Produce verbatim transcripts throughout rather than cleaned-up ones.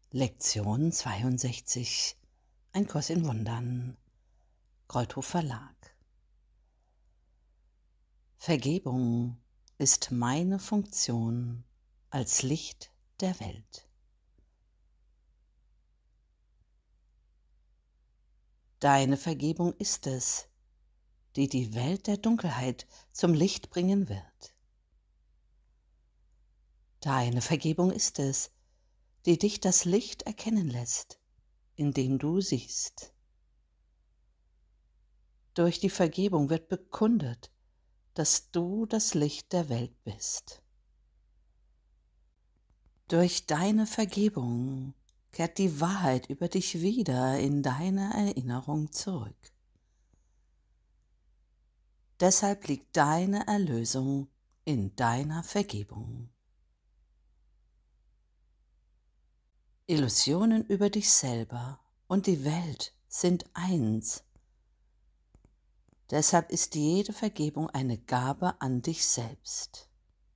Lektion zweiundsechzig. Ein Kurs in Wundern. Kreuthof Verlag. Vergebung ist meine Funktion als Licht der Welt. Deine Vergebung ist es, die die Welt der Dunkelheit zum Licht bringen wird. Deine Vergebung ist es, die dich das Licht erkennen lässt, in dem du siehst. Durch die Vergebung wird bekundet, dass du das Licht der Welt bist. Durch deine Vergebung kehrt die Wahrheit über dich wieder in deine Erinnerung zurück. Deshalb liegt deine Erlösung in deiner Vergebung. Illusionen über dich selber und die Welt sind eins. Deshalb ist jede Vergebung eine Gabe an dich selbst.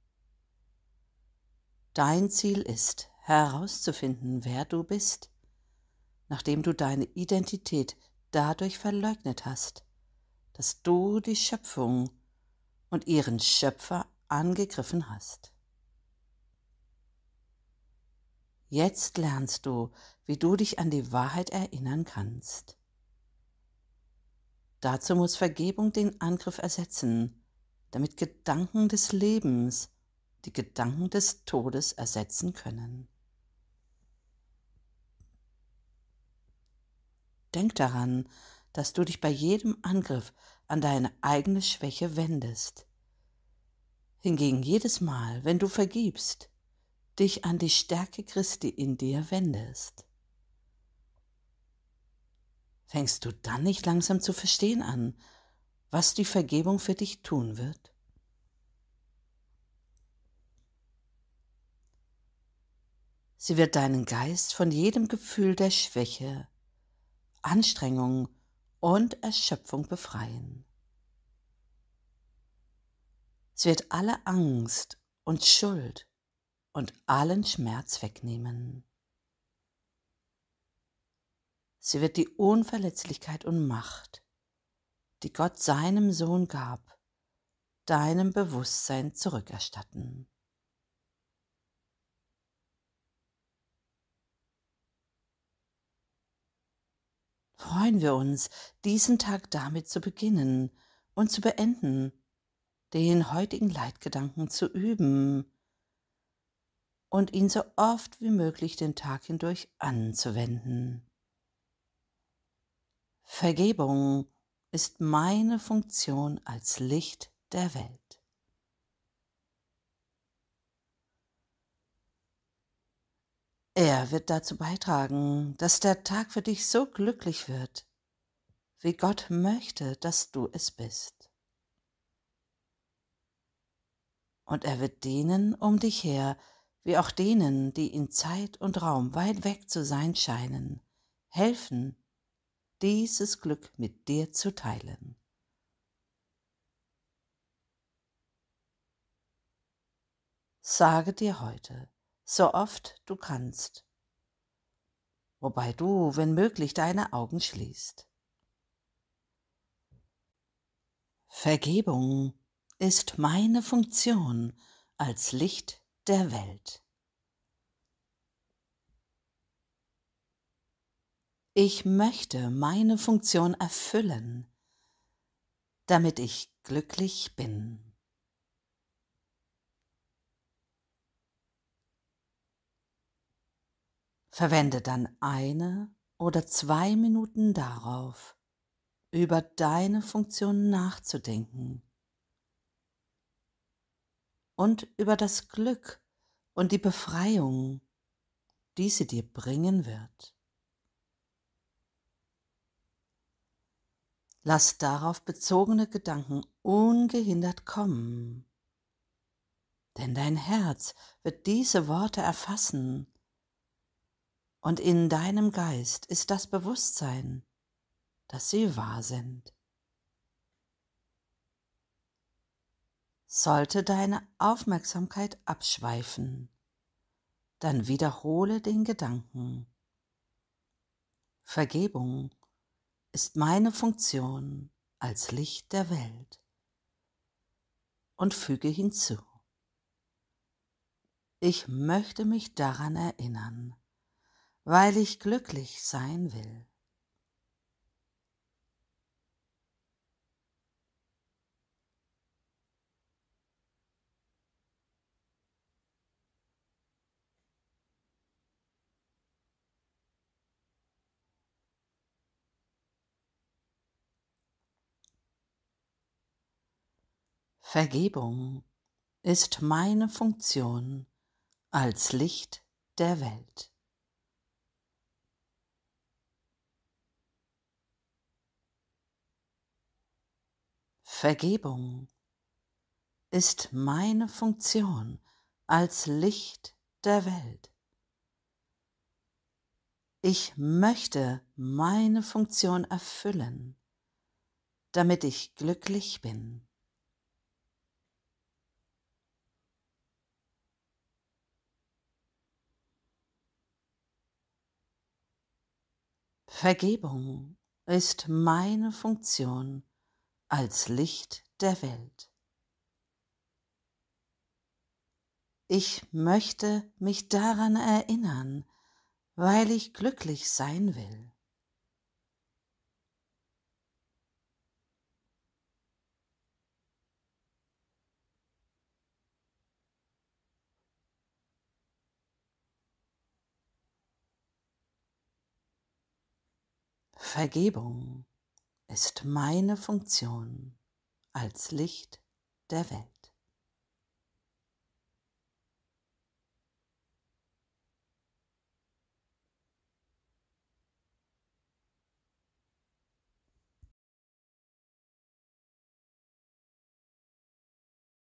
Dein Ziel ist, herauszufinden, wer du bist, nachdem du deine Identität dadurch verleugnet hast, dass du die Schöpfung und ihren Schöpfer angegriffen hast. Jetzt lernst du, wie du dich an die Wahrheit erinnern kannst. Dazu muss Vergebung den Angriff ersetzen, damit Gedanken des Lebens die Gedanken des Todes ersetzen können. Denk daran, dass du dich bei jedem Angriff an deine eigene Schwäche wendest. Hingegen jedes Mal, wenn du vergibst, dich an die Stärke Christi in dir wendest. Fängst du dann nicht langsam zu verstehen an, was die Vergebung für dich tun wird? Sie wird deinen Geist von jedem Gefühl der Schwäche, Anstrengung und Erschöpfung befreien. Sie wird alle Angst und Schuld und allen Schmerz wegnehmen. Sie wird die Unverletzlichkeit und Macht, die Gott seinem Sohn gab, deinem Bewusstsein zurückerstatten. Freuen wir uns, diesen Tag damit zu beginnen und zu beenden, den heutigen Leitgedanken zu üben und ihn so oft wie möglich den Tag hindurch anzuwenden. Vergebung ist meine Funktion als Licht der Welt. Er wird dazu beitragen, dass der Tag für dich so glücklich wird, wie Gott möchte, dass du es bist. Und er wird denen um dich her, wie auch denen, die in Zeit und Raum weit weg zu sein scheinen, helfen, dieses Glück mit dir zu teilen. Sage dir heute, so oft du kannst, wobei du, wenn möglich, deine Augen schließt: Vergebung ist meine Funktion als Licht der Welt. Ich möchte meine Funktion erfüllen, damit ich glücklich bin. Verwende dann eine oder zwei Minuten darauf, über deine Funktion nachzudenken und über das Glück und die Befreiung, die sie dir bringen wird. Lass darauf bezogene Gedanken ungehindert kommen, denn dein Herz wird diese Worte erfassen und in deinem Geist ist das Bewusstsein, dass sie wahr sind. Sollte deine Aufmerksamkeit abschweifen, dann wiederhole den Gedanken: Vergebung ist meine Funktion als Licht der Welt. Und füge hinzu: Ich möchte mich daran erinnern, weil ich glücklich sein will. Vergebung ist meine Funktion als Licht der Welt. Vergebung ist meine Funktion als Licht der Welt. Ich möchte meine Funktion erfüllen, damit ich glücklich bin. Vergebung ist meine Funktion als Licht der Welt. Ich möchte mich daran erinnern, weil ich glücklich sein will. Vergebung ist meine Funktion als Licht der Welt.